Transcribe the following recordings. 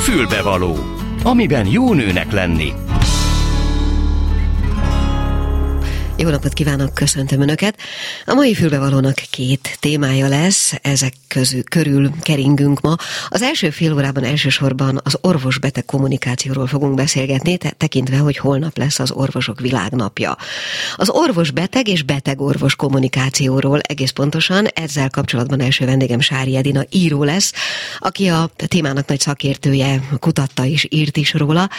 Fülbevaló, amiben jó nőnek lenni. Jó napot kívánok, köszöntöm Önöket! A mai Fülbevalónak 2 témája lesz, ezek körül keringünk ma. Az első fél órában elsősorban az orvos-beteg kommunikációról fogunk beszélgetni, tekintve, hogy holnap lesz az Orvosok Világnapja. Az orvos-beteg és beteg-orvos kommunikációról egész pontosan, ezzel kapcsolatban első vendégem Sári Edina író lesz, aki a témának nagy szakértője, kutatta és írt is róla,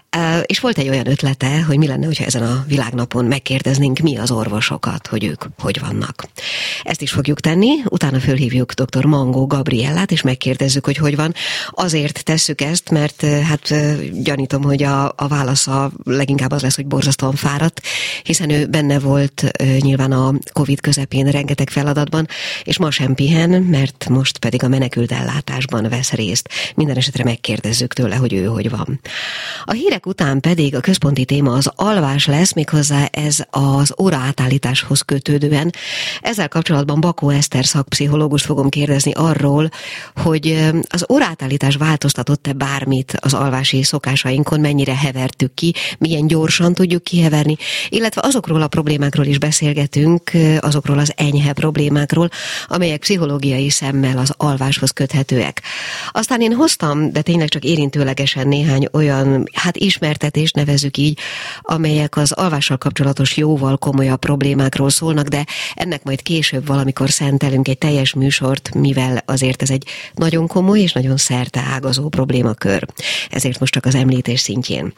és volt egy olyan ötlete, hogy mi lenne, hogyha ezen a világnapon megkérdeznénk mi az orvosokat, hogy ők hogy vannak. Ezt is fogjuk tenni, utána fölhívjuk dr. Mangó Gabriellát, és megkérdezzük, hogy van. Azért tesszük ezt, mert hát gyanítom, hogy a válasza leginkább az lesz, hogy borzasztóan fáradt, hiszen ő benne volt nyilván a Covid közepén rengeteg feladatban, és ma sem pihen, mert most pedig a menekült ellátásban vesz részt. Minden esetre megkérdezzük tőle, hogy ő hogy van. A hírek után pedig a központi téma az alvás lesz, méghozzá ez az óraátállításhoz kötődően. Ezzel kapcsolatban Bakó Eszter szakpszichológust fogom kérdezni arról, hogy az óraátállítás változtatott-e bármit az alvási szokásainkon, mennyire hevertük ki, milyen gyorsan tudjuk kiheverni, illetve azokról a problémákról is beszélgetünk, azokról az enyhe problémákról, amelyek pszichológiai szemmel az alváshoz köthetőek. Aztán én hoztam, de tényleg csak érintőlegesen néhány olyan, ismertetést nevezzük így, amelyek az alvással kapcsolatos jóval komolyabb problémákról szólnak, de ennek majd később valamikor szentelünk egy teljes műsort, mivel azért ez egy nagyon komoly és nagyon szerteágazó problémakör. Ezért most csak az említés szintjén.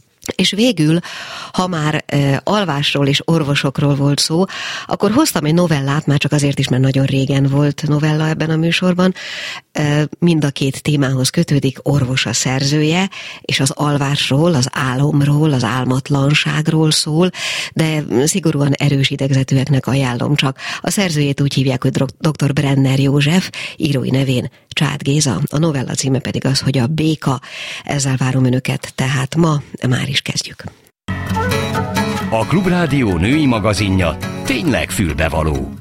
És végül, ha már alvásról és orvosokról volt szó, akkor hoztam egy novellát, már csak azért is, mert nagyon régen volt novella ebben a műsorban. Mind a 2 témához kötődik, orvos a szerzője, és az alvásról, az álomról, az álmatlanságról szól, de szigorúan erős idegzetűeknek ajánlom csak. A szerzőjét úgy hívják, hogy dr. Brenner József, írói nevén Csád Géza, a novella címe pedig az, hogy a béka. Ezzel várom Önöket, tehát ma már is kezdjük. A Klubrádió női magazinja tényleg fülbevaló.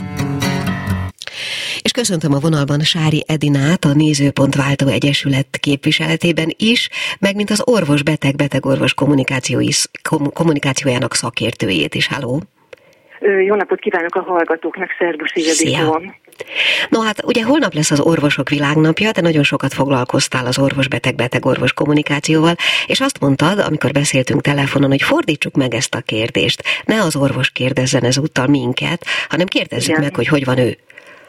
És köszöntöm a vonalban Sári Edinát, a Nézőpontváltó Egyesület képviseletében is, meg mint az orvos-beteg, beteg-orvos kommunikációjának szakértőjét is. Halló! Jó napot kívánok a hallgatóknak, szervusz, Ildikó! No hát ugye holnap lesz az Orvosok Világnapja, de nagyon sokat foglalkoztál az orvos-beteg, beteg-orvos kommunikációval, és azt mondtad, amikor beszéltünk telefonon, hogy fordítsuk meg ezt a kérdést. Ne az orvos kérdezzen ezúttal minket, hanem kérdezzük meg, hogy van ő.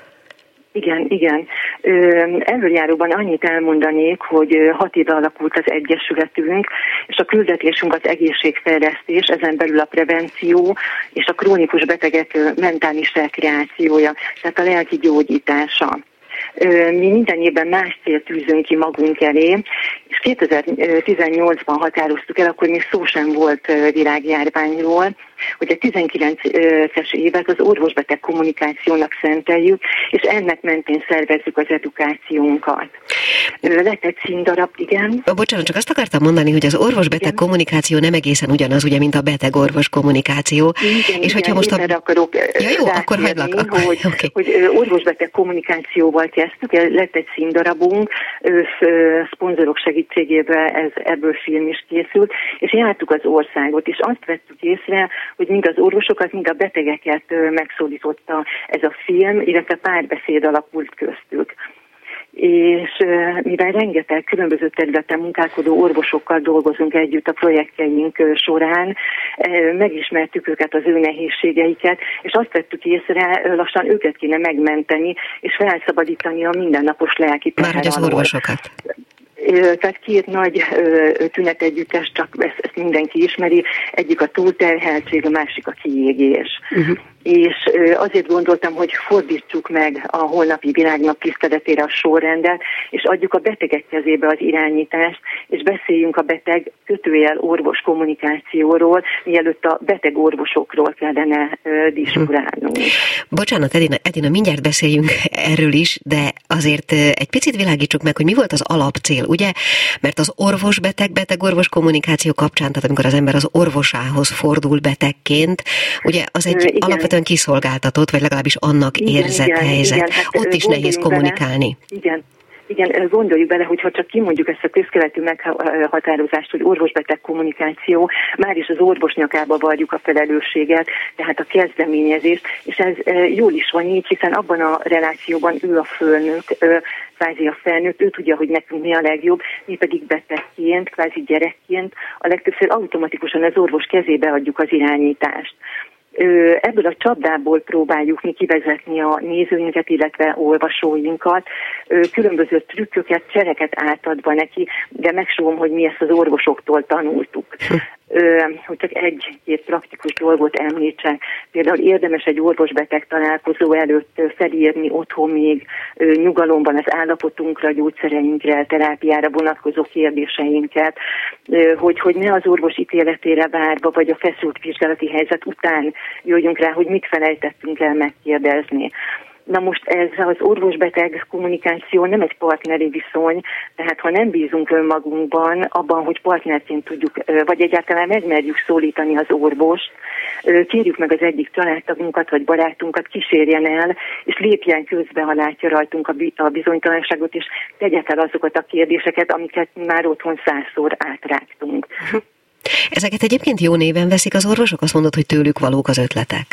Igen. Előjáróban annyit elmondanék, hogy 6 éve alakult az Egyesületünk, és a küldetésünk az egészségfejlesztés, ezen belül a prevenció és a krónikus betegek mentális rekreációja, tehát a lelki gyógyítása. Mi minden évben más célt tűzünk ki magunk elé, és 2018-ban határoztuk el, akkor még szó sem volt világjárványról, hogy a 19-es évet az orvosbeteg kommunikációnak szenteljük, és ennek mentén szervezzük az edukációnkat. Lett egy színdarab, igen. Bocsánat, csak azt akartam mondani, hogy az orvos-beteg kommunikáció nem egészen ugyanaz, ugye, mint a beteg-orvos kommunikáció. Igen, és hogyha most akarok jó, akkor hagylak. Hogy orvosbeteg kommunikációval kezdtük, lett egy színdarabunk, szponzorok segítségével ebből film is készült, és jártuk az országot, és azt vettük észre, hogy mind az orvosokat, mind a betegeket megszólította ez a film, illetve párbeszéd alakult köztük. És mivel rengeteg különböző területen munkálkodó orvosokkal dolgozunk együtt a projektjeink során, megismertük őket, az ő nehézségeiket, és azt vettük észre, lassan őket kéne megmenteni, és felszabadítani a mindennapos lelki teher alól. Már hogy az orvosokat. Tehát 2 nagy tünetegyüttes, csak ezt mindenki ismeri, egyik a túlterheltség, a másik a kiégés. És azért gondoltam, hogy fordítsuk meg a holnapi világnap tiszteletére a sorrendet, és adjuk a betegek kezébe az irányítást, és beszéljünk a beteg orvos kommunikációról, mielőtt a beteg orvosokról kellene diskurálnunk. Bocsánat, Edina, mindjárt beszéljünk erről is, de azért egy picit világítsuk meg, hogy mi volt az alapcél, ugye? Mert az orvos-beteg, beteg-orvos kommunikáció kapcsán, tehát amikor az ember az orvosához fordul betegként, ugye az egy alapvetően kiszolgáltatott, vagy legalábbis annak érzett helyzet. Hát ott is nehéz kommunikálni. Igen, gondoljuk bele, hogyha csak kimondjuk ezt a közkeletű meghatározást, hogy orvos-beteg kommunikáció, már is az orvos nyakába varjuk a felelősséget, tehát a kezdeményezést, és ez jól is van így, hiszen abban a relációban ő a főnök, kvázi a felnőtt, ő tudja, hogy nekünk mi a legjobb, mi pedig betegként, kvázi gyerekként a legtöbbször automatikusan az orvos kezébe adjuk az irányítást. Ebből a csapdából próbáljuk mi kivezetni a nézőinket, illetve olvasóinkat, különböző trükköket, cseleket átadva neki, de megsúgom, hogy mi ezt az orvosoktól tanultuk. Hogy csak egy-két praktikus dolgot említsek. Például érdemes egy orvos-beteg találkozó előtt felírni otthon még nyugalomban az állapotunkra, gyógyszereinkre, terápiára vonatkozó kérdéseinket, hogy ne az orvos ítéletére várva, vagy a feszült vizsgálati helyzet után jöjjünk rá, hogy mit felejtettünk el megkérdezni. Na most ez az orvos-beteg kommunikáció nem egy partneri viszony, tehát ha nem bízunk önmagunkban, abban, hogy partnerként tudjuk, vagy egyáltalán megmerjük szólítani az orvost, kérjük meg az egyik családtagunkat vagy barátunkat, kísérjen el, és lépjen közbe, ha látja rajtunk a bizonytalanságot, és tegye fel azokat a kérdéseket, amiket már otthon 100-szor átrágtunk. Ezeket egyébként jó néven veszik az orvosok? Azt mondod, hogy tőlük valók az ötletek?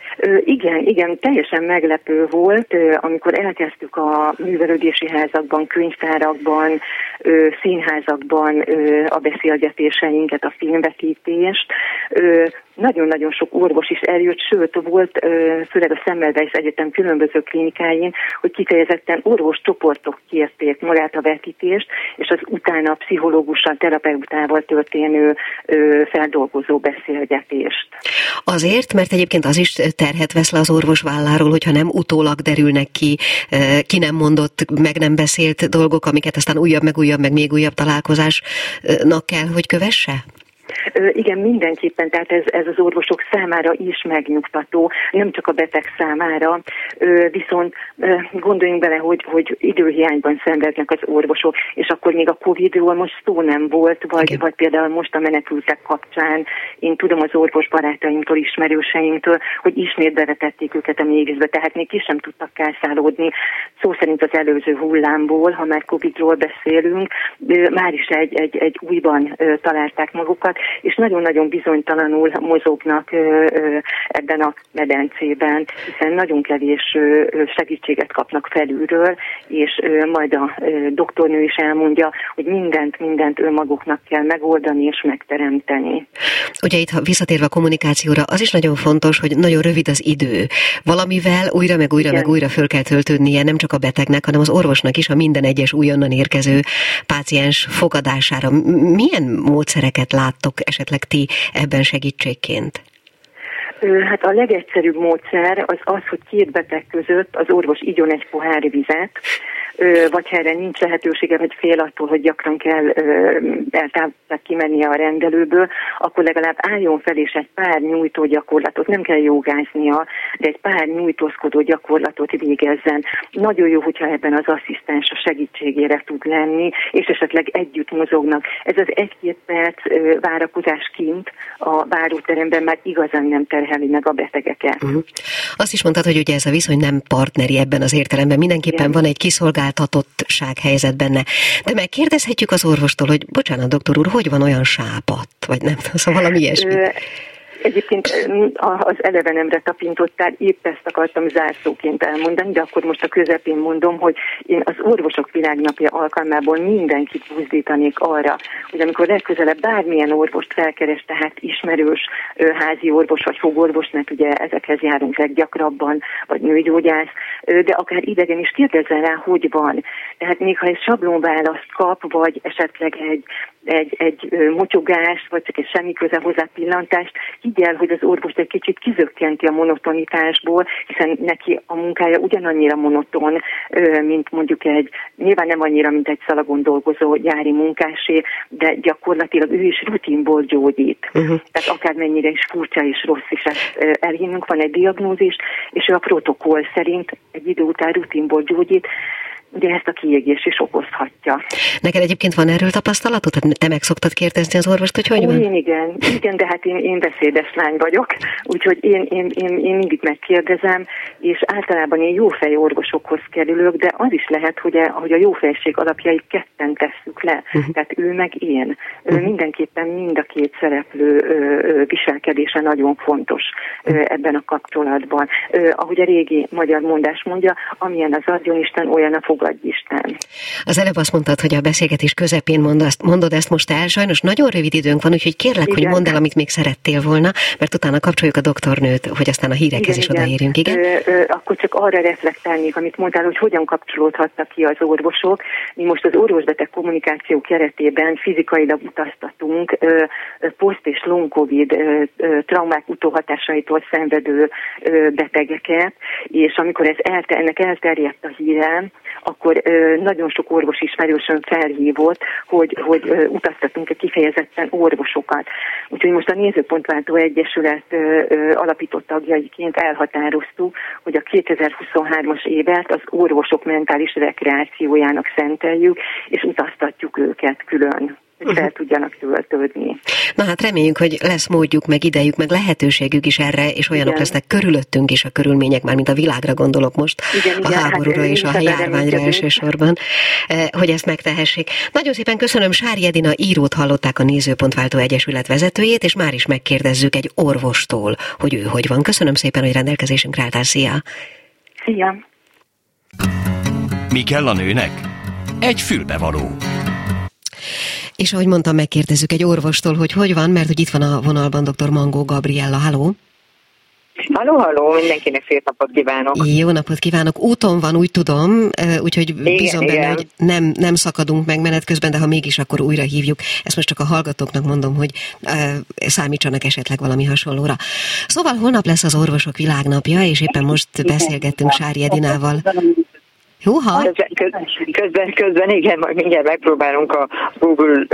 Igen, teljesen meglepő volt, amikor elkezdtük a művelődési házakban, könyvtárakban, színházakban a beszélgetéseinket, a filmvetítést. Nagyon-nagyon sok orvos is eljött, sőt volt főleg a Semmelweis Egyetem különböző klinikáin, hogy kifejezetten orvoscsoportok kérték magát a vetítést, és az utána pszichológussal, terapeutával történő feldolgozó beszélgetést. Azért, mert egyébként az is terhet vesz le az orvos válláról, hogyha nem utólag derülnek ki nem mondott, meg nem beszélt dolgok, amiket aztán újabb, meg még újabb találkozásnak kell, hogy kövesse? Igen, mindenképpen, tehát ez az orvosok számára is megnyugtató, nem csak a beteg számára, viszont gondoljunk bele, hogy időhiányban szenvednek az orvosok, és akkor még a Covid-ról most szó nem volt, vagy például most a menekültek kapcsán, én tudom az orvos barátaimtól, ismerőseimtől, hogy ismét bevetették őket a mélyvízbe, tehát még ki sem tudtak kászálódni, szó szerint az előző hullámból, ha már Covid-ról beszélünk, már is egy újban találták magukat, és nagyon-nagyon bizonytalanul mozognak ebben a medencében, hiszen nagyon kevés segítséget kapnak felülről, és majd a doktornő is elmondja, hogy mindent önmaguknak kell megoldani és megteremteni. Ugye itt, visszatérve a kommunikációra, az is nagyon fontos, hogy nagyon rövid az idő. Valamivel újra meg újra föl kell töltődnie nem csak a betegnek, hanem az orvosnak is a minden egyes újonnan érkező páciens fogadására. Milyen módszereket láttok esetleg ti ebben segítségként? Hát a legegyszerűbb módszer az, hogy két beteg között az orvos igyon egy pohár vizet, vagy ha erre nincs lehetősége, vagy fél attól, hogy gyakran kell kimennie a rendelőből, akkor legalább álljon fel és egy pár nyújtó gyakorlatot, nem kell jogáznia, de egy pár nyújtózkodó gyakorlatot végezzen. Nagyon jó, hogyha ebben az asszisztens a segítségére tud lenni, és esetleg együtt mozognak. Ez az 1-2 perc várakozás kint a váróteremben már igazán nem terheli meg a betegeket. Azt is mondtad, hogy ugye ez a viszony nem partneri ebben az értelemben. Mindenképpen van egy kiszolgáltatottság helyzet benne. De megkérdezhetjük az orvostól, hogy bocsánat, doktor úr, hogy van olyan sápadt? Vagy nem, szóval valami ilyesmi. Egyébként az elevenemre tapintottál, épp ezt akartam zárszóként elmondani, de akkor most a közepén mondom, hogy én az Orvosok Világnapja alkalmából mindenkit buzdítanék arra, hogy amikor legközelebb bármilyen orvost felkeres, tehát ismerős házi orvos vagy fogorvos, mert ugye ezekhez járunk leggyakrabban, vagy nőgyógyász, de akár idegen is kérdezzen rá, hogy van. Tehát még ha egy sablonválaszt kap, vagy esetleg egy motyogást, vagy csak egy semmi köze hozzá pillantást, higgyel, hogy az orvost egy kicsit kizökkenti a monotonitásból, hiszen neki a munkája ugyanannyira monoton, mint mondjuk nyilván nem annyira, mint egy szalagon dolgozó gyári munkásé, de gyakorlatilag ő is rutinból gyógyít. Tehát akármennyire is furcsa és rossz is ezt elhinnünk, van egy diagnózis, és ő a protokoll szerint egy idő után rutinból gyógyít. ugye ezt a kiégés is okozhatja. Neked egyébként van erről tapasztalatod? Tehát te meg szoktad kérdezni az orvost, hogy van? Én igen, de hát én beszédes lány vagyok, úgyhogy én mindig megkérdezem, és általában én jófej orvosokhoz kerülök, de az is lehet, hogy a jófejség alapjait ketten tesszük le, tehát ő meg én. Mindenképpen mind a két szereplő viselkedése nagyon fontos ebben a kapcsolatban. Ahogy a régi magyar mondás mondja, amilyen az adjon Isten, olyan a fogadj Isten. Az előbb azt mondtad, hogy a beszélgetés közepén mondod ezt most el, sajnos nagyon rövid időnk van, úgyhogy kérlek, hogy mondd el, amit még szerettél volna, mert utána kapcsoljuk a doktornőt, hogy aztán a hírekhez is odaérjünk, igen? Akkor csak arra reflektálnék, amit mondtál, hogy hogyan kapcsolódhattak ki az orvosok. Mi most az orvosbeteg kommunikáció keretében fizikailag utaztatunk poszt- és long-covid traumák utóhatásaitól szenvedő betegeket, és amikor ennek elterjedt a híre, akkor nagyon sok orvos ismerősön felhívott, hogy utaztatunk kifejezetten orvosokat. Úgyhogy most a Nézőpontváltó Egyesület alapított tagjaiként elhatároztuk, hogy a 2023-as évet az orvosok mentális rekreációjának szenteljük, és utaztatjuk őket külön, hogy fel tudjanak töltődni. Na hát reméljük, hogy lesz módjuk, meg idejük, meg lehetőségük is erre, és olyanok lesznek körülöttünk is a körülmények, már mint a világra gondolok most, a háborúra és a járványra elsősorban, hogy ezt megtehessék. Nagyon szépen köszönöm, Sári Edina írót hallották, a Nézőpontváltó Egyesület vezetőjét, és már is megkérdezzük egy orvostól, hogy ő hogy van. Köszönöm szépen, hogy rendelkezésünkre álltál. Szia! Szia! Mi kell a nőnek? Egy fülbevaló. És ahogy mondtam, megkérdezzük egy orvostól, hogy van, mert hogy itt van a vonalban dr. Mangó Gabriella. Halló! Halló, mindenkinek szép napot kívánok! Jó napot kívánok! Úton van, úgy tudom, úgyhogy bízom benne, hogy nem szakadunk meg menet közben, de ha mégis, akkor újra hívjuk. Ezt most csak a hallgatóknak mondom, hogy számítsanak esetleg valami hasonlóra. Szóval holnap lesz az Orvosok Világnapja, és éppen most beszélgettünk Sári Edinával. Húha! Közben igen, majd mindjárt megpróbálunk a Google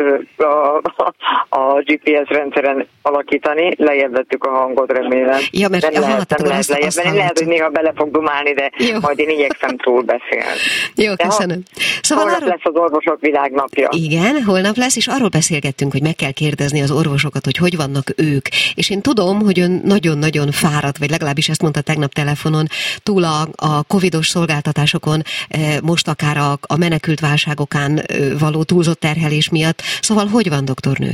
a GPS rendszeren alakítani, lejjebb vettük a hangot, remélem. Ja, mert nem lehet lejjebb, lehet, hogy néha bele fog dumálni, de jó. Majd én igyekszem túl beszélni. Jó, köszönöm. Szóval holnap lesz az Orvosok Világnapja. Igen, holnap lesz, és arról beszélgettünk, hogy meg kell kérdezni az orvosokat, hogy vannak ők. És én tudom, hogy ön nagyon-nagyon fáradt, vagy legalábbis ezt mondta tegnap telefonon, túl a covidos szolgáltatásokon, most akár a menekült válságokán való túlzott terhelés miatt. Szóval hogy van, doktornő?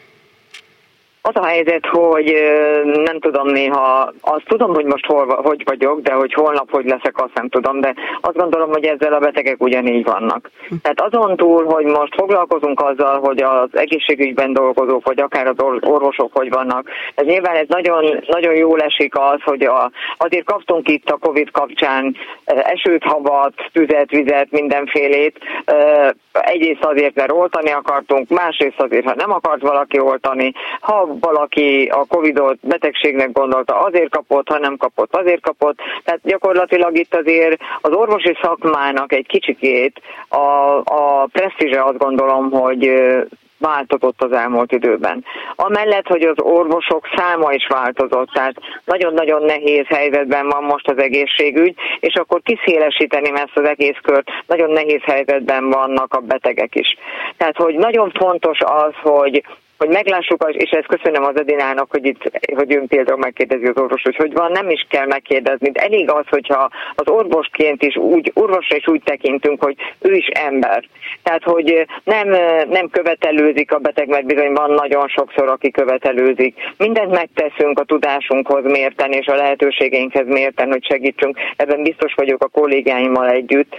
Az a helyzet, hogy nem tudom néha, azt tudom, hogy most hogy vagyok, de hogy holnap hogy leszek, azt nem tudom, de azt gondolom, hogy ezzel a betegek ugyanígy vannak. Tehát azon túl, hogy most foglalkozunk azzal, hogy az egészségügyben dolgozók, vagy akár az orvosok hogy vannak, ez nyilván ez nagyon, nagyon jól esik az, hogy azért kaptunk itt a Covid kapcsán esőt, havat, tüzet, vizet, mindenfélét. Egyrészt azért, mert oltani akartunk, másrészt azért, ha nem akart valaki oltani, ha valaki a Covidot betegségnek gondolta, azért kapott, ha nem kapott, azért kapott. Tehát gyakorlatilag itt azért az orvosi szakmának egy kicsikét a presztízse, azt gondolom, hogy változott az elmúlt időben. Amellett, hogy az orvosok száma is változott, tehát nagyon-nagyon nehéz helyzetben van most az egészségügy, és akkor kiszélesíteném ezt az egész kört, nagyon nehéz helyzetben vannak a betegek is. Tehát, hogy nagyon fontos az, hogy meglássuk, és ezt köszönöm az Edinának, hogy ön például megkérdezi az orvos, hogy van, nem is kell megkérdezni. De elég az, hogyha az orvosként is orvosra is úgy tekintünk, hogy ő is ember. Tehát, hogy nem követelőzik a beteg, mert bizony van nagyon sokszor, aki követelőzik. Mindent megteszünk a tudásunkhoz mérten, és a lehetőségeinkhez mérten, hogy segítsünk. Ebben biztos vagyok a kollégáimmal együtt.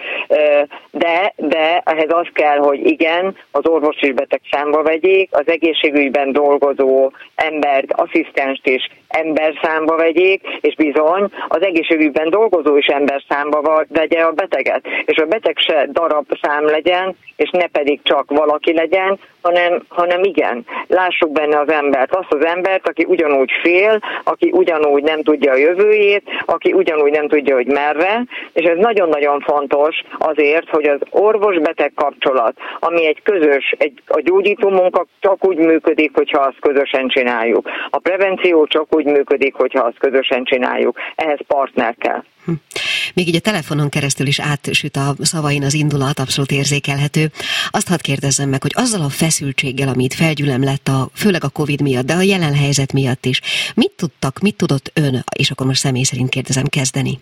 De ehhez az kell, hogy igen, az orvos is beteg számba vegyék, az egészségügyben dolgozó embert, asszisztenst is ember számba vegyék, és bizony az egészségügyben dolgozó is ember számba vegye a beteget. És a beteg se darab szám legyen, és ne pedig csak valaki legyen, hanem igen, lássuk benne az embert, azt az embert, aki ugyanúgy fél, aki ugyanúgy nem tudja a jövőjét, aki ugyanúgy nem tudja, hogy merre, és ez nagyon-nagyon fontos azért, hogy az orvos-beteg kapcsolat, ami egy közös, a gyógyító munka csak úgy működik, hogyha azt közösen csináljuk. A prevenció csak úgy működik, hogyha azt közösen csináljuk. Ehhez partner kell. még így a telefonon keresztül is átsüt a szavain az indulat, abszolút érzékelhető. Azt hadd kérdezzem meg, hogy azzal a feszültséggel, amit felgyülem lett, főleg a Covid miatt, de a jelen helyzet miatt is, mit tudott ön, és akkor most személy szerint kérdezem, kezdeni?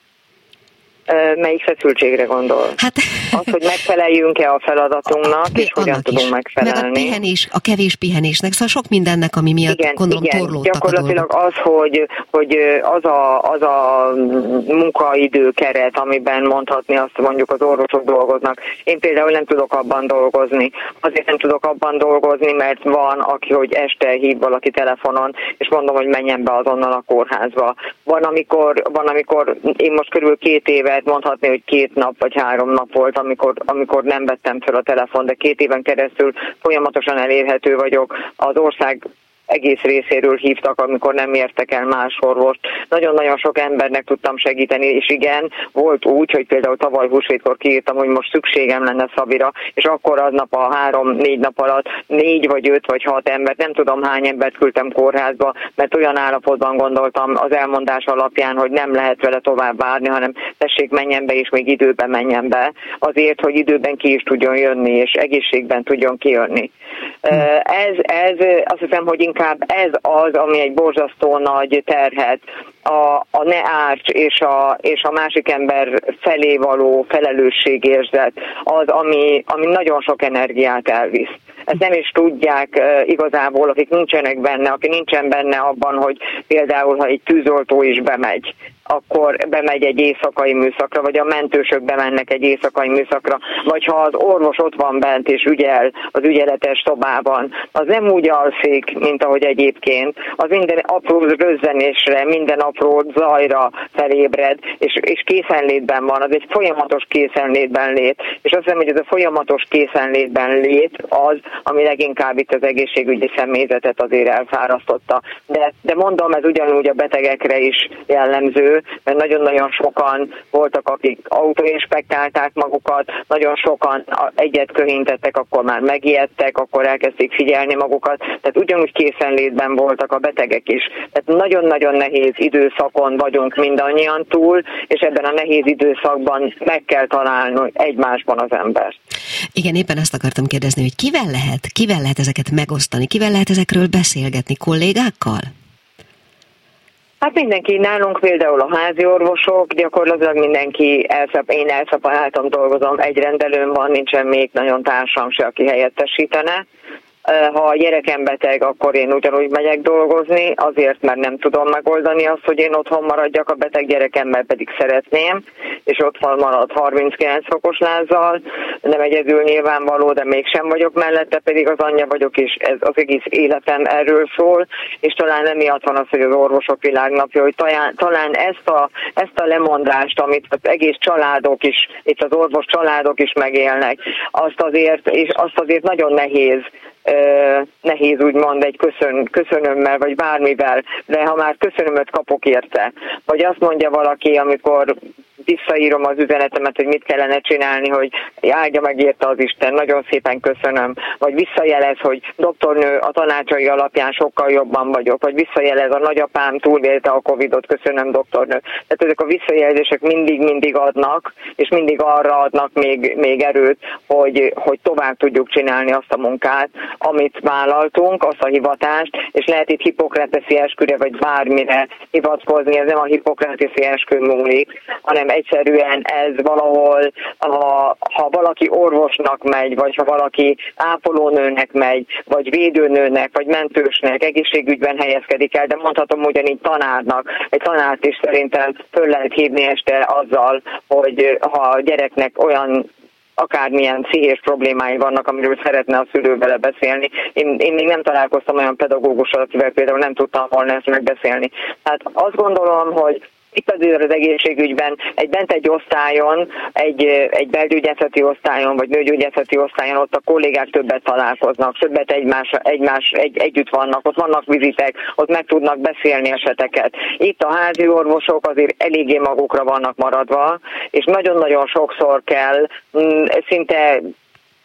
Melyik feszültségre gondol? Hát, az, hogy megfeleljünk-e a feladatunknak, és hogyan tudunk megfelelni. Meg a pihenés, a kevés pihenésnek, szóval sok mindennek, ami miatt gondolom torlódtak gyakorlatilag a az, hogy az a munkaidő keret, amiben mondhatni azt mondjuk az orvosok dolgoznak. Én például nem tudok abban dolgozni. Azért nem tudok abban dolgozni, mert van, aki, hogy este hív valaki telefonon, és mondom, hogy menjen be azonnal a kórházba. Van, amikor én most körül 2 éve mondhatni, hogy 2 nap vagy 3 nap volt, amikor nem vettem fel a telefon, de 2 éven keresztül folyamatosan elérhető vagyok. Az ország egész részéről hívtak, amikor nem értek el más orvost. Nagyon-nagyon sok embernek tudtam segíteni, és igen, volt úgy, hogy például tavaly húsvétkor kiírtam, hogy most szükségem lenne Szabira, és akkor aznap a 3-4 nap alatt 4 vagy 5 vagy 6 embert, nem tudom hány embert küldtem kórházba, mert olyan állapotban gondoltam az elmondás alapján, hogy nem lehet vele tovább várni, hanem tessék, menjen be, és még időben menjen be, azért, hogy időben ki is tudjon jönni, és egészségben tudjon kijönni. Ez azt hiszem, hogy inkább ez az, ami egy borzasztó nagy terhet a ne árts és a másik ember felé való felelősségérzet az, ami nagyon sok energiát elvisz. Ezt nem is tudják igazából, akik nincsenek benne, aki nincsen benne abban, hogy például, ha egy tűzoltó is bemegy, akkor bemegy egy éjszakai műszakra, vagy a mentősök bemennek egy éjszakai műszakra, vagy ha az orvos ott van bent és ügyel az ügyeletes szobában, az nem úgy alszik, mint ahogy egyébként, az minden apró rözzenésre, minden apró zajra felébred, és készenlétben van, az egy folyamatos készenlétben lét, és azt hiszem, hogy ez a folyamatos készenlétben lét az, ami leginkább itt az egészségügyi személyzetet azért elfárasztotta. De mondom, ez ugyanúgy a betegekre is jellemző, mert nagyon-nagyon sokan voltak, akik autoinspektálták magukat, nagyon sokan egyet köhintettek, akkor már megijedtek, akkor elkezdték figyelni magukat, tehát ugyanúgy készenlétben voltak a betegek is. Tehát nagyon-nagyon nehéz időszakon vagyunk mindannyian túl, és ebben a nehéz időszakban meg kell találni egymásban az embert. Igen, éppen ezt akartam kérdezni, hogy kivel lehet ezeket megosztani, kivel lehet ezekről beszélgetni, kollégákkal? Hát mindenki, nálunk például a házi orvosok, gyakorlatilag mindenki, én elszaponátom, dolgozom, egy rendelőm van, nincsen még nagyon társam se, aki helyettesítene. Ha a gyerekem beteg, akkor én ugyanúgy megyek dolgozni, azért, mert nem tudom megoldani azt, hogy én otthon maradjak, a beteg gyerekemmel pedig szeretném, és otthon marad 39 fokos lázzal, nem egyedül nyilvánvaló, de mégsem vagyok mellette, pedig az anyja vagyok, és ez az egész életem erről szól, és talán emiatt van az, hogy az orvosok világnapja, hogy talán ezt a lemondást, amit az egész családok is, itt az orvos családok is megélnek, azt azért nagyon nehéz úgymond egy köszönömmel, vagy bármivel, de ha már köszönömöt kapok érte, vagy azt mondja valaki, amikor visszaírom az üzenetemet, hogy mit kellene csinálni, hogy áldja meg érte az Isten, nagyon szépen köszönöm, vagy visszajelez, hogy doktornő, a tanácsai alapján sokkal jobban vagyok, vagy visszajelez, a nagyapám túlélte a Covidot, köszönöm doktornő. Tehát ezek a visszajelzések mindig adnak, és mindig arra adnak még erőt, hogy tovább tudjuk csinálni azt a munkát, amit vállaltunk, azt a hivatást, és lehet itt hippokrateszi esküre, vagy bármire hivatkozni, ez nem a hippokrateszi eskü múlik, hanem egyszerűen ez valahol, ha valaki orvosnak megy, vagy ha valaki ápolónőnek megy, vagy védőnőnek, vagy mentősnek, egészségügyben helyezkedik el, de mondhatom ugyanígy tanárnak. Egy tanárt is szerintem föl lehet hívni este azzal, hogy ha a gyereknek olyan akármilyen pszichés problémái vannak, amiről szeretne a szülő vele beszélni. Én még nem találkoztam olyan pedagógussal, akivel például nem tudtam volna ezt megbeszélni. Hát azt gondolom, hogy itt azért az egészségügyben egy osztályon, egy belgyógyászati osztályon, vagy nőgyógyászati osztályon ott a kollégák többet találkoznak, többet együtt vannak, ott vannak vizitek, ott meg tudnak beszélni eseteket. Itt a házi orvosok azért eléggé magukra vannak maradva, és nagyon-nagyon sokszor kell szinte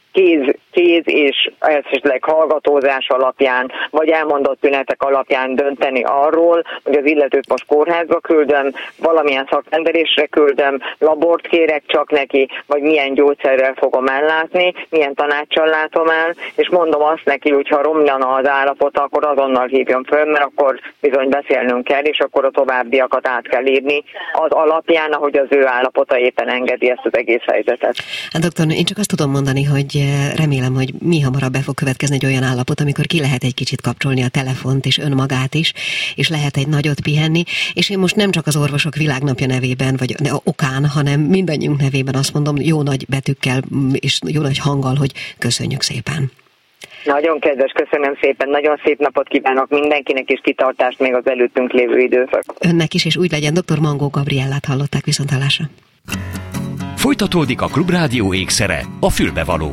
kéz és esetleg hallgatózás alapján, vagy elmondott tünetek alapján dönteni arról, hogy az illetőt most kórházba küldöm, valamilyen szakrendelésre küldöm, labort kérek csak neki, vagy milyen gyógyszerrel fogom ellátni, milyen tanácssal látom el, és mondom azt neki, hogy ha romlana az állapota, akkor azonnal hívjon föl, mert akkor bizony beszélnünk kell, és akkor a továbbiakat át kell írni az alapján, ahogy az ő állapota éppen engedi ezt az egész helyzetet. Hát doktor, én csak azt tudom mondani, hogy remélem, hogy mi hamarabb be fog következni egy olyan állapot, amikor ki lehet egy kicsit kapcsolni a telefont és önmagát is, és lehet egy nagyot pihenni, és én most nem csak az Orvosok Világnapja nevében, vagy okán, hanem mindannyiunk nevében azt mondom, jó nagy betűkkel és jó nagy hanggal, hogy köszönjük szépen. Nagyon kedves, köszönöm szépen, nagyon szép napot kívánok mindenkinek, és kitartást még az előttünk lévő időszak. Önnek is, és úgy legyen. Dr. Mangó Gabriellát hallották, viszonthallásra. Folytatódik a Klubrádió ékszere, a fülbevaló.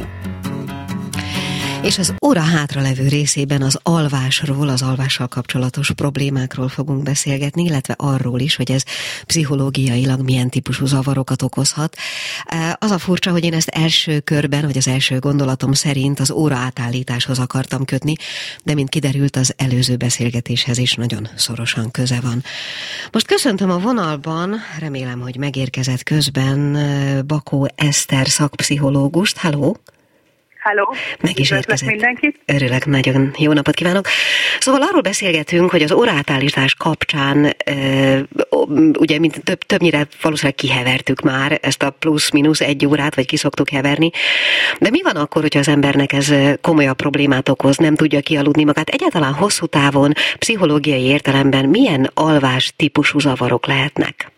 És az óra hátralevő részében az alvásról, az alvással kapcsolatos problémákról fogunk beszélgetni, illetve arról is, hogy ez pszichológiailag milyen típusú zavarokat okozhat. Az a furcsa, hogy én ezt első körben, vagy az első gondolatom szerint az óra átállításhoz akartam kötni, de mint kiderült, az előző beszélgetéshez is nagyon szorosan köze van. Most köszöntöm a vonalban, remélem, hogy megérkezett közben Bakó Eszter szakpszichológust. Halló! Halló, meg is érkezett mindenkit. Örülök, nagyon jó napot kívánok. Szóval arról beszélgetünk, hogy az óraátállítás kapcsán, ugye többnyire valószínűleg kihevertük már ezt a plusz-minusz 1 órát, vagy ki szoktuk heverni, de mi van akkor, hogyha az embernek ez komolyabb problémát okoz, nem tudja kialudni magát? Egyáltalán hosszú távon, pszichológiai értelemben milyen alvás típusú zavarok lehetnek?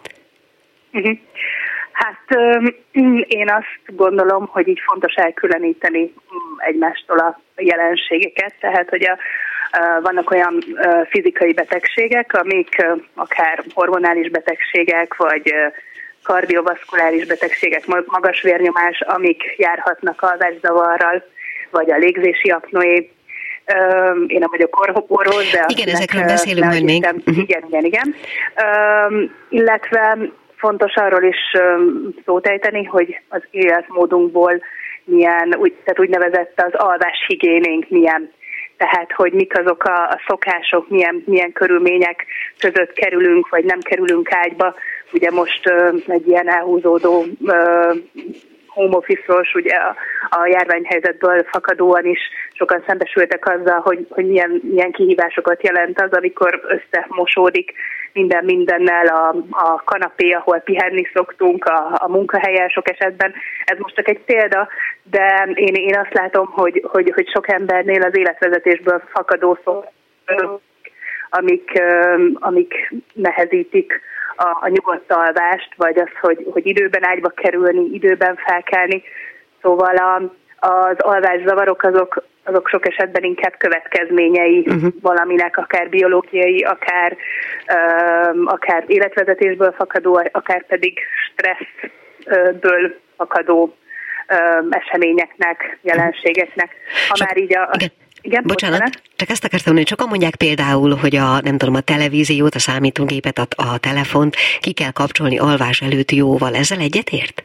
Hát én azt gondolom, hogy így fontos elkülöníteni egymástól a jelenségeket, tehát hogy vannak olyan fizikai betegségek, amik akár hormonális betegségek, vagy kardiovaszkuláris betegségek, magas vérnyomás, amik járhatnak alvászavarral, vagy a légzési apnoé. Én nem vagyok orvos, de... Igen, ezekről beszélünk majd még. Igen. Illetve fontos arról is szót ejteni, hogy az életmódunkból milyen, tehát úgynevezett az alváshigiénénk milyen. Tehát, hogy mik azok a szokások, milyen körülmények között kerülünk, vagy nem kerülünk ágyba. Ugye most egy ilyen elhúzódó home office-os, ugye a járványhelyzetből fakadóan is sokan szembesültek azzal, hogy milyen kihívásokat jelent az, amikor összemosódik mindennel a kanapé, ahol pihenni szoktunk, a munkahelyen sok esetben. Ez most csak egy példa, de én azt látom, hogy sok embernél az életvezetésből fakadó szó, amik nehezítik a nyugodt alvást, vagy az, hogy időben ágyba kerülni, időben felkelni. Szóval az alvászavarok azok sok esetben inkább következményei valaminek, akár biológiai, akár életvezetésből fakadó, akár pedig stresszből fakadó eseményeknek, jelenségeknek. Ha már így Igen, bocsánat, csak ezt akartam mondani, sokan mondják például, hogy a televíziót, a számítógépet, a telefont ki kell kapcsolni alvás előtt jóval. Ezzel egyetért?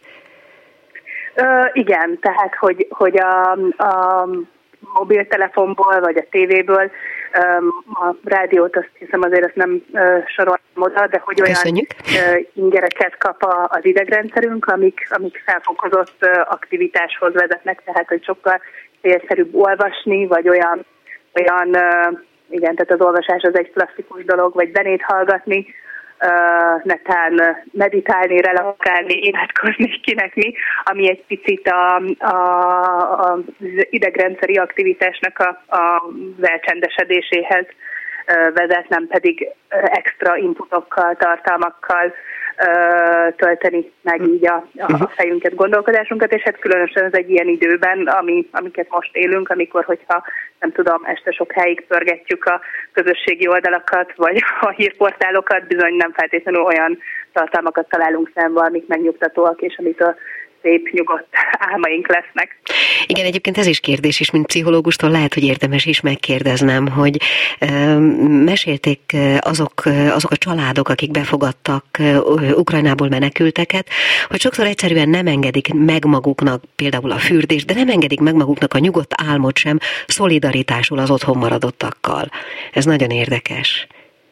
Igen, tehát, hogy a mobiltelefonból, vagy a tévéből, a rádiót azt hiszem azért azt nem sorolom oda, de hogy olyan ingereket kap az idegrendszerünk, amik felfokozott aktivitáshoz vezetnek, tehát hogy sokkal célszerűbb olvasni, vagy olyan igen, tehát az olvasás az egy klasszikus dolog, vagy zenét hallgatni, netán meditálni, relaxálni, imádkozni, kinek mi, ami egy picit az idegrendszeri aktivitásnak az elcsendesedéséhez vezet, nem pedig extra inputokkal, tartalmakkal tölteni meg így a fejünket, gondolkodásunkat, és hát különösen ez egy ilyen időben, amiket most élünk, amikor, hogyha nem tudom, este sokáig pörgetjük a közösségi oldalakat, vagy a hírportálokat, bizony nem feltétlenül olyan tartalmakat találunk szembe, amik megnyugtatóak, és amitől szép, nyugodt álmaink lesznek. Igen, egyébként ez is kérdés, és mint pszichológustól lehet, hogy érdemes is megkérdeznem, hogy mesélték azok a családok, akik befogadtak Ukrajnából menekülteket, hogy sokszor egyszerűen nem engedik meg maguknak például a fürdést, de nem engedik meg maguknak a nyugodt álmot sem szolidaritásul az otthon maradottakkal. Ez nagyon érdekes.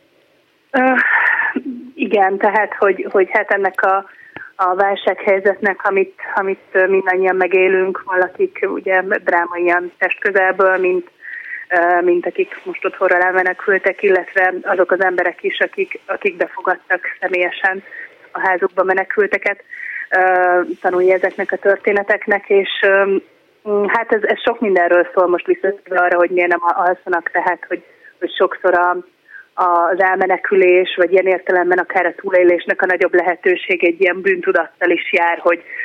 Igen, tehát, hogy hát ennek a válsághelyzetnek, amit mindannyian megélünk, valakik ugye drámaian testközelből, mint akik most otthonra elmenekültek, illetve azok az emberek is, akik befogadtak személyesen a házukba menekülteket, tanulja ezeknek a történeteknek, és hát ez sok mindenről szól, most visszatérve arra, hogy miért nem alszanak, tehát, hogy sokszor az elmenekülés, vagy ilyen értelemben akár a túlélésnek a nagyobb lehetőség egy ilyen bűntudattal is jár,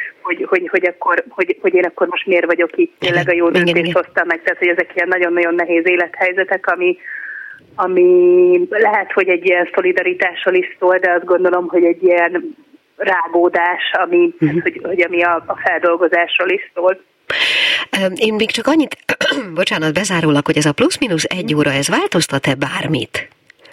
hogy én akkor most miért vagyok itt, tényleg a jó döntést hoztam meg, tehát hogy ezek ilyen nagyon-nagyon nehéz élethelyzetek, ami lehet, hogy egy ilyen szolidaritással is szól, de azt gondolom, hogy egy ilyen rágódás, ami a feldolgozásról is szól. Én még csak annyit, bocsánat, bezárólag, hogy ez a plusz-minusz 1 óra, ez változtat-e bármit?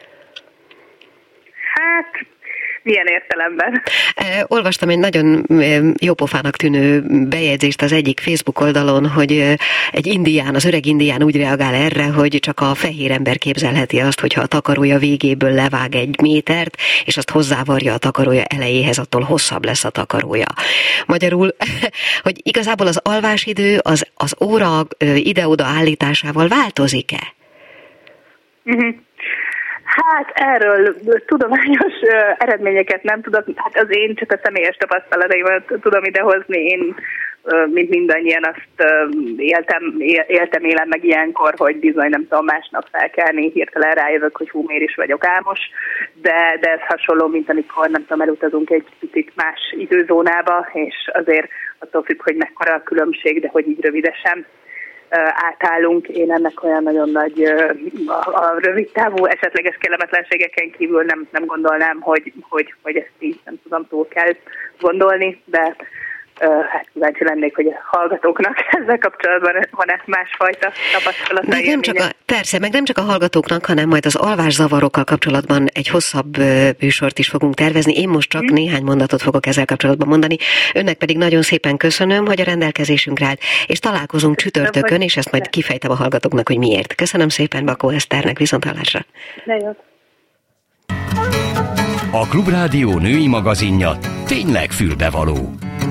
Hát, milyen értelemben? Olvastam egy nagyon jópofának tűnő bejegyzést az egyik Facebook oldalon, hogy az öreg indián úgy reagál erre, hogy csak a fehér ember képzelheti azt, hogyha a takarója végéből levág 1 métert, és azt hozzávarja a takarója elejéhez, attól hosszabb lesz a takarója. Magyarul, hogy igazából az alvásidő az óra ide-oda állításával változik-e? Hát erről tudományos eredményeket nem tudok, hát az én csak a személyes tapasztalataimat tudom idehozni, én mint mindannyian azt élem meg ilyenkor, hogy bizony nem tudom másnap felkelni, hirtelen rájövök, hogy miért is vagyok álmos, de ez hasonló, mint amikor nem tudom, elutazunk egy picit más időzónába, és azért attól függ, hogy mekkora a különbség, de hogy így rövidesen átállunk. Én ennek olyan nagyon nagy, a rövid távú esetleges kellemetlenségeken kívül nem gondolnám, hogy ezt így nem tudom, túl kell gondolni, de hát kíváncsi lennék, hogy a hallgatóknak ezzel kapcsolatban van-e másfajta tapasztalata. Persze, meg nem csak a hallgatóknak, hanem majd az alvászavarokkal kapcsolatban egy hosszabb műsort is fogunk tervezni. Én most csak néhány mondatot fogok ezzel kapcsolatban mondani. Önnek pedig nagyon szépen köszönöm, hogy a rendelkezésünkre állt, és találkozunk csütörtökön, és ezt majd kifejtem a hallgatóknak, hogy miért. Köszönöm szépen Bakó Eszternek, viszonthallásra. A Klubrádió női magazinja tényleg fülbevaló.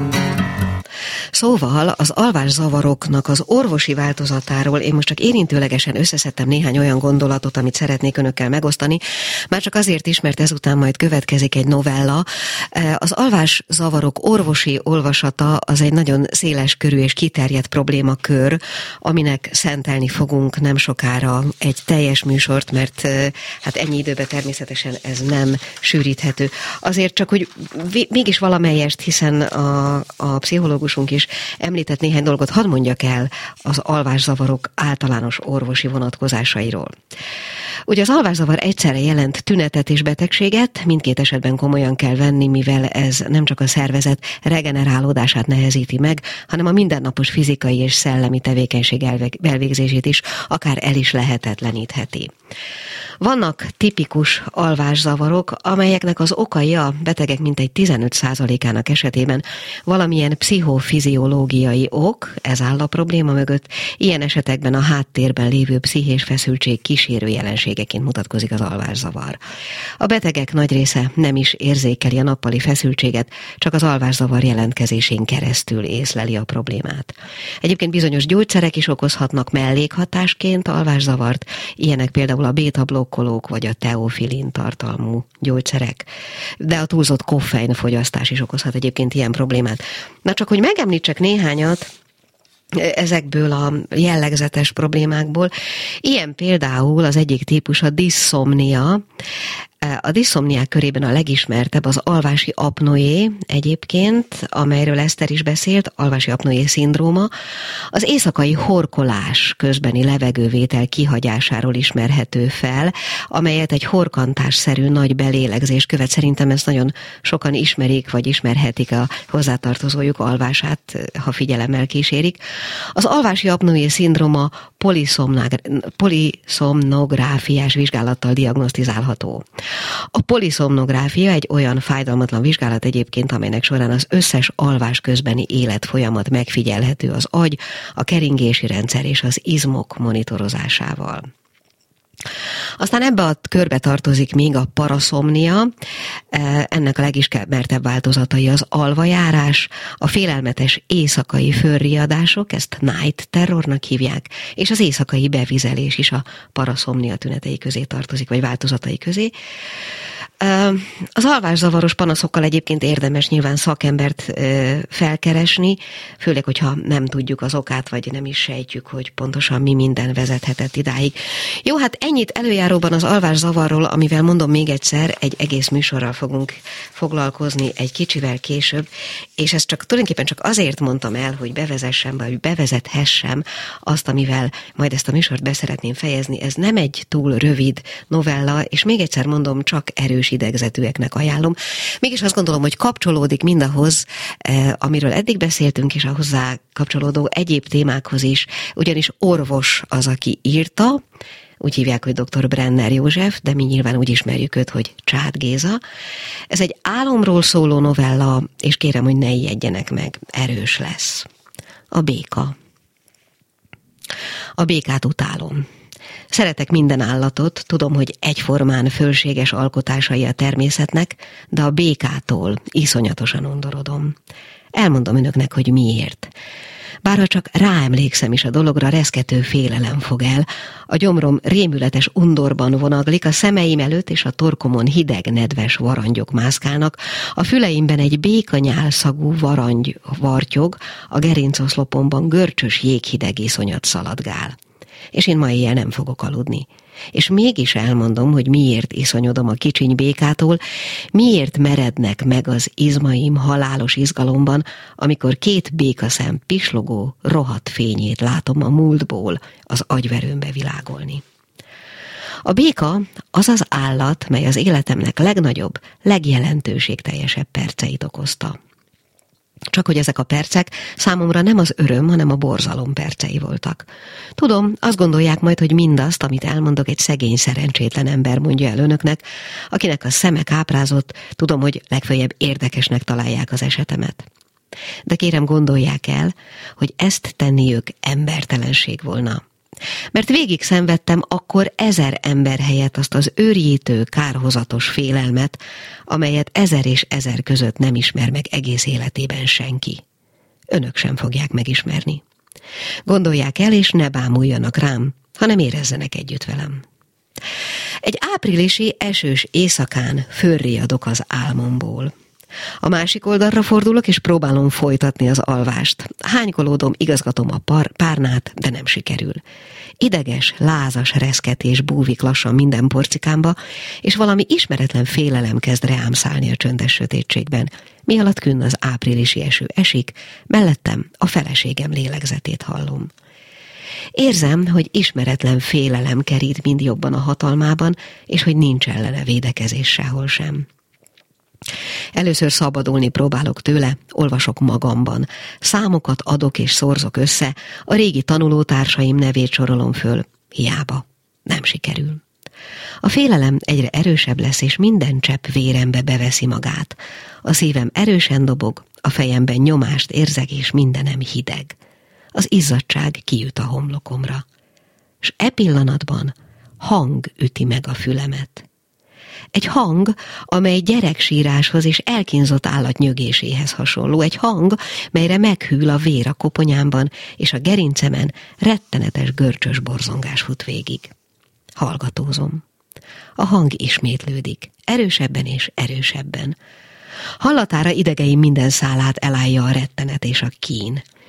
Szóval az alvászavaroknak az orvosi változatáról én most csak érintőlegesen összeszedtem néhány olyan gondolatot, amit szeretnék önökkel megosztani, már csak azért is, mert ezután majd következik egy novella. Az alvászavarok orvosi olvasata az egy nagyon széles körű és kiterjedt problémakör, aminek szentelni fogunk nem sokára egy teljes műsort, mert hát ennyi időben természetesen ez nem sűríthető. Azért csak, hogy mégis valamelyest, hiszen a pszichológusunk is említett néhány dolgot, hadd mondjak el az alvászavarok általános orvosi vonatkozásairól. Ugye az alvászavar egyszerre jelent tünetet és betegséget, mindkét esetben komolyan kell venni, mivel ez nem csak a szervezet regenerálódását nehezíti meg, hanem a mindennapos fizikai és szellemi tevékenység elvégzését is akár el is lehetetlenítheti. Vannak tipikus alvászavarok, amelyeknek az okai a betegek mintegy 15%-ának esetében valamilyen pszichofiziológiai ok, ez áll a probléma mögött, ilyen esetekben a háttérben lévő pszichés feszültség kísérő jelenségeként mutatkozik az alvászavar. A betegek nagy része nem is érzékeli a nappali feszültséget, csak az alvászavar jelentkezésén keresztül észleli a problémát. Egyébként bizonyos gyógyszerek is okozhatnak mellékhatásként alvászavart, ilyenek például a béta-blokkolók vagy a teofilin tartalmú gyógyszerek. De a túlzott koffeinfogyasztás is okozhat egyébként ilyen problémát. Na csak, hogy megemlítsek néhányat ezekből a jellegzetes problémákból. Ilyen például az egyik típus a diszszomnia, A diszomniák körében a legismertebb az alvási apnoé egyébként, amelyről Eszter is beszélt, alvási apnoé szindróma. Az éjszakai horkolás közbeni levegővétel kihagyásáról ismerhető fel, amelyet egy horkantásszerű nagy belélegzés követ. Szerintem ezt nagyon sokan ismerik, vagy ismerhetik a hozzátartozójuk alvását, ha figyelemmel kísérik. Az alvási apnoé szindróma poliszomnográfiás vizsgálattal diagnosztizálható. A poliszomnográfia egy olyan fájdalmatlan vizsgálat egyébként, amelynek során az összes alvás közbeni életfolyamat megfigyelhető az agy, a keringési rendszer és az izmok monitorozásával. Aztán ebbe a körbe tartozik még a paraszomnia, ennek a legismertebb változatai az alvajárás, a félelmetes éjszakai fölriadások, ezt night terrornak hívják, és az éjszakai bevizelés is a paraszomnia tünetei közé tartozik, vagy változatai közé. Az alvászavaros panaszokkal egyébként érdemes nyilván szakembert felkeresni, főleg, hogyha nem tudjuk az okát, vagy nem is sejtjük, hogy pontosan mi minden vezethetett idáig. Jó, hát ennyit előjáróban az alvászavarról, amivel mondom még egyszer, egy egész műsorral fogunk foglalkozni egy kicsivel később, és ezt tulajdonképpen csak azért mondtam el, hogy bevezessem, vagy bevezethessem azt, amivel majd ezt a műsort be szeretném fejezni. Ez nem egy túl rövid novella, és még egyszer mondom, csak erős idegzetűeknek ajánlom. Mégis azt gondolom, hogy kapcsolódik mindahhoz, amiről eddig beszéltünk, és a hozzá kapcsolódó egyéb témákhoz is, ugyanis orvos az, aki írta, úgy hívják, hogy dr. Brenner József, de mi nyilván úgy ismerjük őt, hogy Csád Géza. Ez egy álomról szóló novella, és kérem, hogy ne ijedjenek meg, erős lesz. A béka. A békát utálom. Szeretek minden állatot, tudom, hogy egyformán fölséges alkotásai a természetnek, de a békától iszonyatosan undorodom. Elmondom önöknek, hogy miért. Bárha csak ráemlékszem is a dologra, reszkető félelem fog el. A gyomrom rémületes undorban vonaglik, a szemeim előtt és a torkomon hideg, nedves varangyok mászkálnak, a füleimben egy békanyálszagú varangy vartyog, a gerincoszlopomban görcsös jéghideg iszonyat szaladgál. És én ma éjjel nem fogok aludni. És mégis elmondom, hogy miért iszonyodom a kicsiny békától, miért merednek meg az izmaim halálos izgalomban, amikor két békaszem pislogó, rohadt fényét látom a múltból az agyverőmbe világolni. A béka az az állat, mely az életemnek legnagyobb, legjelentőségteljesebb perceit okozta. Csak hogy ezek a percek számomra nem az öröm, hanem a borzalom percei voltak. Tudom, azt gondolják majd, hogy mindazt, amit elmondok, egy szegény, szerencsétlen ember mondja el önöknek, akinek a szeme káprázott, tudom, hogy legfeljebb érdekesnek találják az esetemet. De kérem, gondolják el, hogy ezt tenniük embertelenség volna. Mert végig szenvedtem akkor 1000 ember helyett azt az őrjítő, kárhozatos félelmet, amelyet 1000 és 1000 között nem ismer meg egész életében senki. Önök sem fogják megismerni. Gondolják el, és ne bámuljanak rám, hanem érezzenek együtt velem. Egy áprilisi esős éjszakán fölriadok az álmomból. A másik oldalra fordulok, és próbálom folytatni az alvást. Hánykolódom, igazgatom a párnát, de nem sikerül. Ideges, lázas reszketés búvik lassan minden porcikámba, és valami ismeretlen félelem kezd reám szállni a csöndes sötétségben. Mi alatt künn az áprilisi eső esik, mellettem a feleségem lélegzetét hallom. Érzem, hogy ismeretlen félelem kerít mind jobban a hatalmában, és hogy nincs ellene védekezés sehol sem. Először szabadulni próbálok tőle, olvasok magamban. Számokat adok és szorzok össze, a régi tanulótársaim nevét sorolom föl. Hiába. Nem sikerül. A félelem egyre erősebb lesz, és minden csepp vérembe beveszi magát. A szívem erősen dobog, a fejemben nyomást érzek, és mindenem hideg. Az izzadtság kiüt a homlokomra. S e pillanatban hang üti meg a fülemet. Egy hang, amely gyereksíráshoz és elkínzott állat nyögéséhez hasonló. Egy hang, melyre meghűl a vér a koponyámban, és a gerincemen rettenetes görcsös borzongás fut végig. Hallgatózom. A hang ismétlődik, erősebben és erősebben. Hallatára idegeim minden szálát elállja a rettenet és a kín.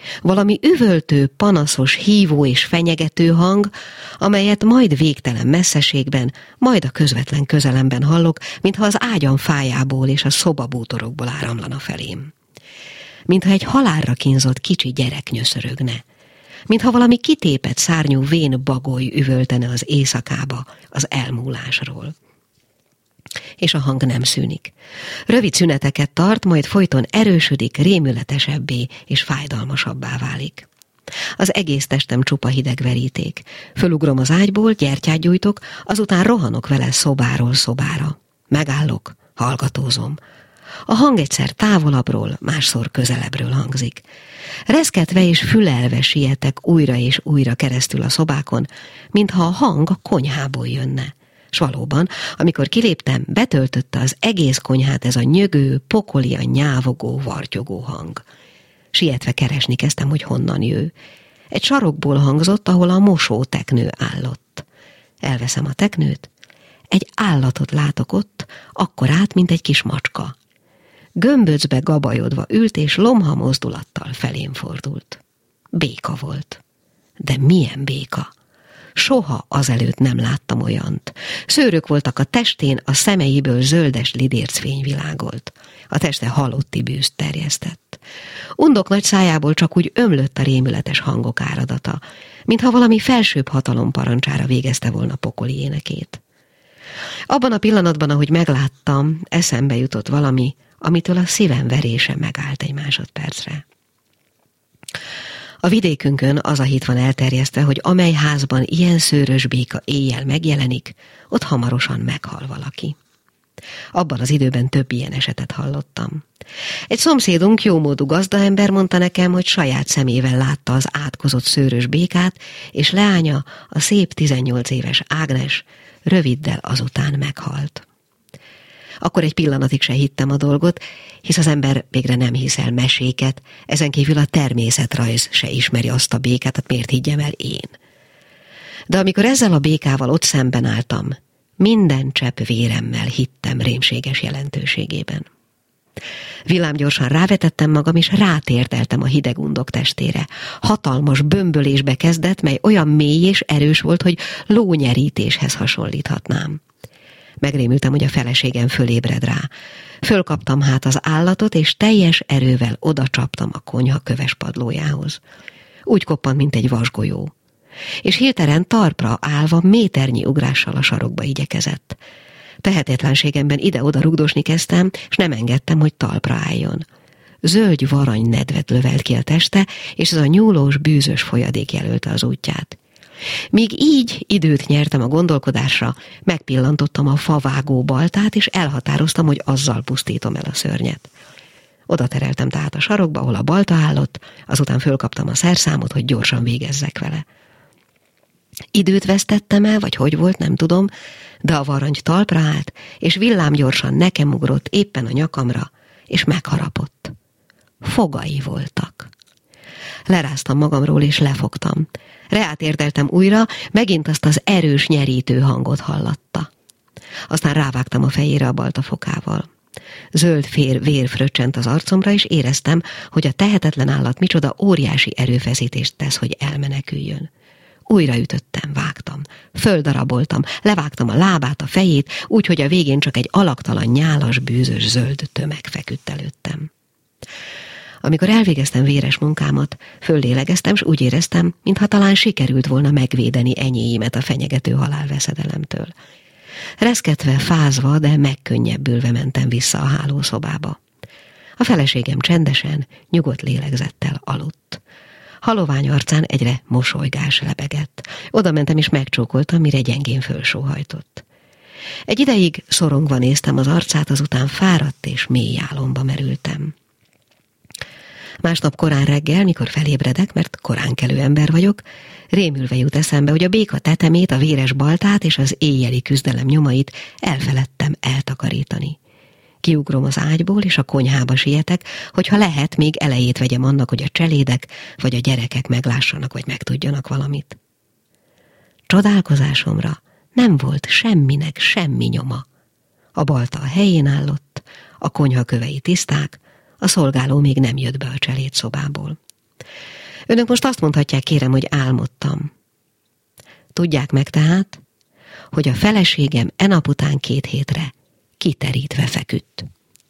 Valami üvöltő, panaszos, hívó és fenyegető hang, amelyet majd végtelen messzeségben, majd a közvetlen közelemben hallok, mintha az ágyam fájából és a szobabútorokból áramlana felém. Mintha egy halálra kínzott kicsi gyerek nyöszörögne. Mintha valami kitépett szárnyú vén bagoly üvöltene az éjszakába az elmúlásról. És a hang nem szűnik. Rövid szüneteket tart, majd folyton erősödik, rémületesebbé és fájdalmasabbá válik. Az egész testem csupa hideg veríték. Fölugrom az ágyból, gyertyát gyújtok, azután rohanok vele szobáról szobára. Megállok, hallgatózom. A hang egyszer távolabbról, másszor közelebbről hangzik. Reszketve és fülelve sietek újra és újra keresztül a szobákon, mintha a hang a konyhából jönne. S valóban, amikor kiléptem, betöltötte az egész konyhát ez a nyögő, pokolian nyávogó, vartyogó hang. Sietve keresni kezdtem, hogy honnan jő. Egy sarokból hangzott, ahol a mosóteknő állott. Elveszem a teknőt. Egy állatot látok ott, akkorát, mint egy kis macska. Gömböcbe gabajodva ült, és lomha mozdulattal felém fordult. Béka volt. De milyen béka? Soha azelőtt nem láttam olyant. Szőrök voltak a testén, a szemeiből zöldes lidércfény világolt. A teste halotti bűzt terjesztett. Undok nagy szájából csak úgy ömlött a rémületes hangok áradata, mintha valami felsőbb hatalom parancsára végezte volna pokoli énekét. Abban a pillanatban, ahogy megláttam, eszembe jutott valami, amitől a szívem verése megállt egy másodpercre. A vidékünkön az a hit van elterjesztve, hogy amely házban ilyen szőrös béka éjjel megjelenik, ott hamarosan meghal valaki. Abban az időben több ilyen esetet hallottam. Egy szomszédunk, jómódú gazdaember mondta nekem, hogy saját szemével látta az átkozott szőrös békát, és leánya, a szép 18 éves Ágnes röviddel azután meghalt. Akkor egy pillanatig se hittem a dolgot, hisz az ember végre nem hisz el meséket, ezen kívül a természetrajz se ismeri azt a békát, hát miért higgyem el én? De amikor ezzel a békával ott szemben álltam, minden csepp véremmel hittem rémséges jelentőségében. Villámgyorsan rávetettem magam, és rátérdeltem a hideg undok testére. Hatalmas bömbölésbe kezdett, mely olyan mély és erős volt, hogy lónyerítéshez hasonlíthatnám. Megrémültem, hogy a feleségem fölébred rá. Fölkaptam hát az állatot, és teljes erővel odacsaptam a konyha köves padlójához. Úgy koppant, mint egy vasgolyó. És hirtelen talpra állva méternyi ugrással a sarokba igyekezett. Tehetetlenségemben ide-oda rugdosni kezdtem, és nem engedtem, hogy talpra álljon. Zöld varany nedvet lövelt ki a teste, és ez a nyúlós, bűzös folyadék jelölte az útját. Míg így időt nyertem a gondolkodásra, megpillantottam a favágó baltát, és elhatároztam, hogy azzal pusztítom el a szörnyet. Oda tereltem tehát a sarokba, ahol a balta állott, azután fölkaptam a szerszámot, hogy gyorsan végezzek vele. Időt vesztettem el, vagy hogy volt, nem tudom, de a varangy talpra állt, és villámgyorsan nekem ugrott éppen a nyakamra, és megharapott. Fogai voltak. Leráztam magamról, és lefogtam. Reátérdeltem újra, megint azt az erős, nyerítő hangot hallatta. Aztán rávágtam a fejére a balta fokával. Zöld vér fröccsent az arcomra, és éreztem, hogy a tehetetlen állat micsoda óriási erőfeszítést tesz, hogy elmeneküljön. Újra ütöttem, vágtam, földaraboltam, levágtam a lábát, a fejét, úgy, hogy a végén csak egy alaktalan, nyálas, bűzös, zöld tömeg feküdt előttem. Amikor elvégeztem véres munkámat, föllélegeztem, s úgy éreztem, mintha talán sikerült volna megvédeni enyéimet a fenyegető halálveszedelemtől. Reszketve, fázva, de megkönnyebbülve mentem vissza a hálószobába. A feleségem csendesen, nyugodt lélegzettel aludt. Halovány arcán egyre mosolygás lebegett. Oda mentem és megcsókoltam, mire gyengén fölsóhajtott. Egy ideig szorongva néztem az arcát, azután fáradt és mély álomba merültem. Másnap korán reggel, mikor felébredek, mert koránkelő ember vagyok, rémülve jut eszembe, hogy a béka tetemét, a véres baltát és az éjjeli küzdelem nyomait elfeledtem eltakarítani. Kiugrom az ágyból, és a konyhába sietek, hogyha lehet, még elejét vegyem annak, hogy a cselédek vagy a gyerekek meglássanak, vagy megtudjanak valamit. Csodálkozásomra nem volt semminek semmi nyoma. A balta a helyén állott, a konyha kövei tiszták, a szolgáló még nem jött be a cselédszobából. Önök most azt mondhatják, kérem, hogy álmodtam. Tudják meg tehát, hogy a feleségem e nap után 2 hétre kiterítve feküdt.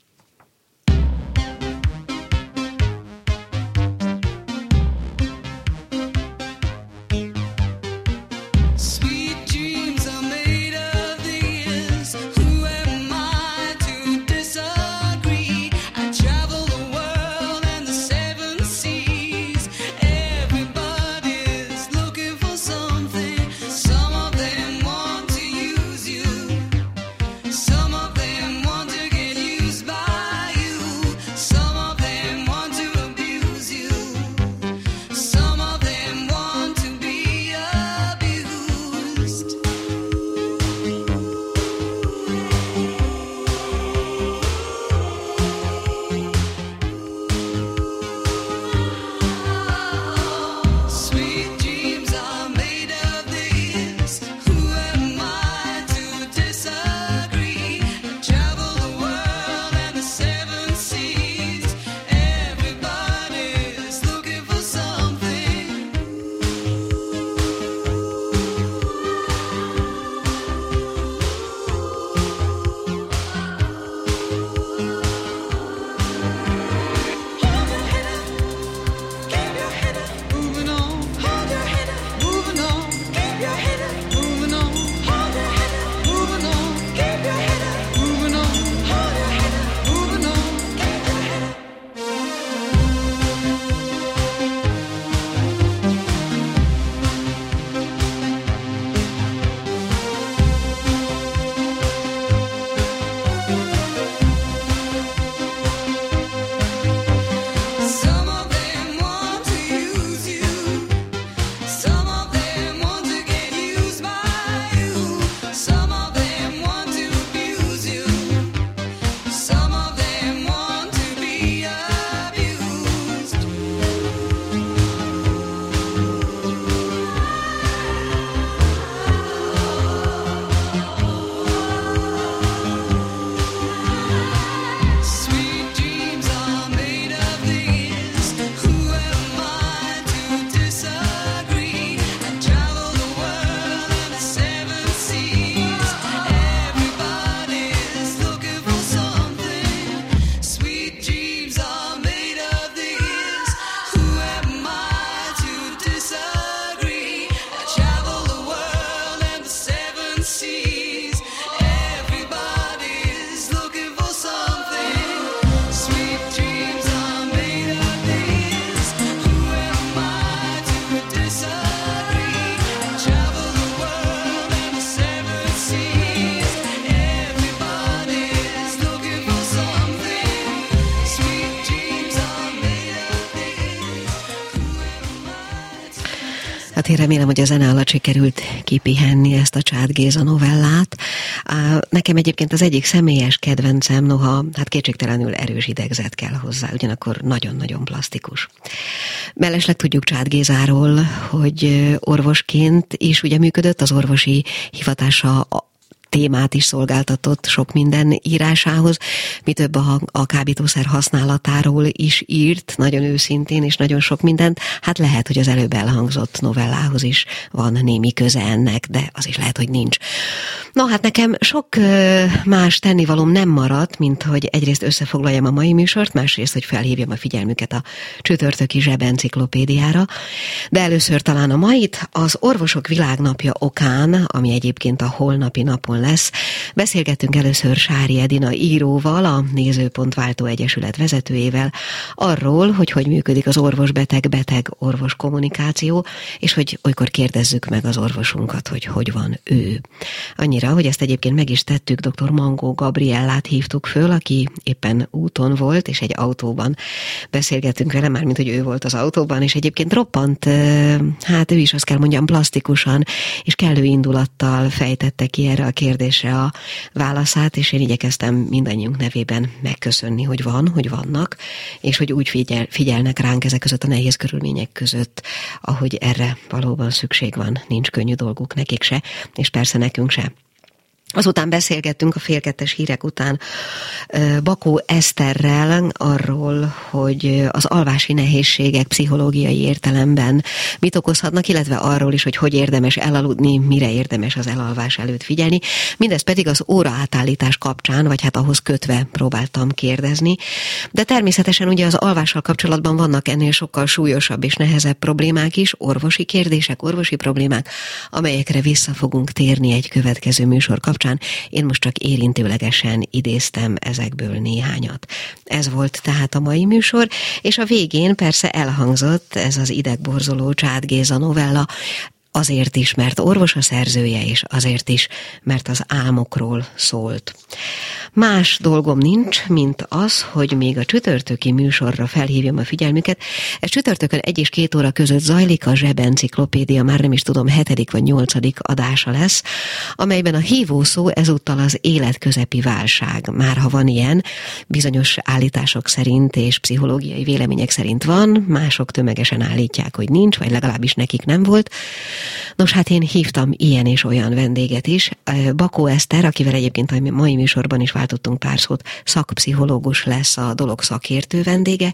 Hát én remélem, hogy a zene alatt sikerült kipihenni ezt a Csád Géza novellát. Nekem egyébként az egyik személyes kedvencem, noha hát kétségtelenül erős idegzet kell hozzá, ugyanakkor nagyon-nagyon plastikus. Mellesleg tudjuk Csád Gézáról, hogy orvosként is ugye működött, az orvosi hivatása témát is szolgáltatott sok minden írásához, mi több a kábítószer használatáról is írt, nagyon őszintén és nagyon sok mindent. Hát lehet, hogy az előbb elhangzott novellához is van némi köze ennek, de az is lehet, hogy nincs. No, hát nekem sok más tennivalóm nem maradt, mint hogy egyrészt összefoglaljam a mai műsort, másrészt, hogy felhívjam a figyelmüket a csütörtöki zsebenciklopédiára, de először talán a mait, az Orvosok Világnapja okán, ami egyébként a holnapi napon lesz. Beszélgettünk először Sári Edina íróval, a Nézőpont-váltó Egyesület vezetőjével arról, hogy működik az orvos-beteg-beteg-orvos kommunikáció, és hogy olykor kérdezzük meg az orvosunkat, hogy van ő. Annyira, hogy ezt egyébként meg is tettük, dr. Mangó Gabriellát hívtuk föl, aki éppen úton volt, és egy autóban beszélgettünk vele, mármint, hogy ő volt az autóban, és egyébként roppant, hát ő is azt kell mondjam, plastikusan, és kellő indulattal fejtette ki erre a kérdésre a válaszát, és én igyekeztem mindannyiunk nevében megköszönni, hogy vannak, és hogy úgy figyelnek ránk ezek között a nehéz körülmények között, ahogy erre valóban szükség van, nincs könnyű dolguk nekik se, és persze nekünk se. Azután beszélgettünk a fél kettes hírek után Bakó Eszterrel arról, hogy az alvási nehézségek pszichológiai értelemben mit okozhatnak, illetve arról is, hogy érdemes elaludni, mire érdemes az elalvás előtt figyelni. Mindez pedig az óraátállítás kapcsán, vagy hát ahhoz kötve próbáltam kérdezni. De természetesen ugye az alvással kapcsolatban vannak ennél sokkal súlyosabb és nehezebb problémák is, orvosi kérdések, orvosi problémák, amelyekre vissza fogunk térni egy következő műsor kapcsán. Én most csak érintőlegesen idéztem ezekből néhányat. Ez volt tehát a mai műsor, és a végén persze elhangzott ez az idegborzoló Csád Géza novella, azért is, mert orvos a szerzője, és azért is, mert az álmokról szólt. Más dolgom nincs, mint az, hogy még a csütörtöki műsorra felhívjam a figyelmüket. Ez csütörtökön 1 és 2 óra között zajlik, a Zsebenciklopédia, már nem is tudom, 7. vagy 8. adása lesz, amelyben a hívószó ezúttal az életközepi válság. Már ha van ilyen, bizonyos állítások szerint és pszichológiai vélemények szerint van, mások tömegesen állítják, hogy nincs, vagy legalábbis nekik nem volt. Nos, hát én hívtam ilyen és olyan vendéget is. Bakó Eszter, akivel egyébként a mai műsorban is váltottunk pár szót, szakpszichológus lesz a dolog szakértő vendége,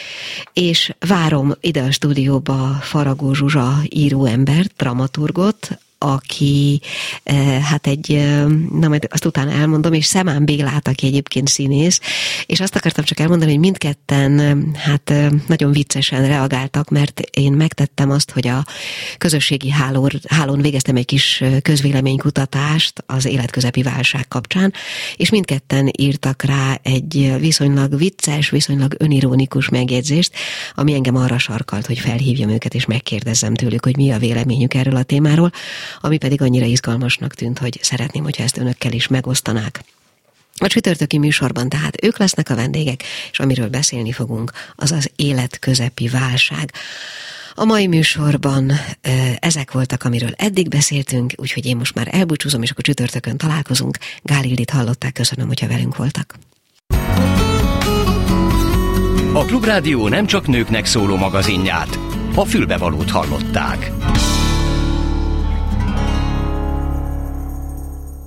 és várom ide a stúdióba Faragó Zsuzsa íróembert, dramaturgot, aki hát majd azt utána elmondom, és Szemán Bélát, aki egyébként színész, és azt akartam csak elmondani, hogy mindketten hát nagyon viccesen reagáltak, mert én megtettem azt, hogy a közösségi hálón végeztem egy kis közvéleménykutatást az életközepi válság kapcsán, és mindketten írtak rá egy viszonylag vicces, viszonylag önironikus megjegyzést, ami engem arra sarkalt, hogy felhívjam őket, és megkérdezzem tőlük, hogy mi a véleményük erről a témáról, ami pedig annyira izgalmasnak tűnt, hogy szeretném, hogyha ezt önökkel is megosztanák. A csütörtöki műsorban tehát ők lesznek a vendégek, és amiről beszélni fogunk, az az életközepi válság. A mai műsorban ezek voltak, amiről eddig beszéltünk, úgyhogy én most már elbúcsúzom, és akkor csütörtökön találkozunk. Gál Ildit hallották, köszönöm, hogyha velünk voltak. A Klubrádió nem csak nőknek szóló magazinját, a fülbevalót hallották.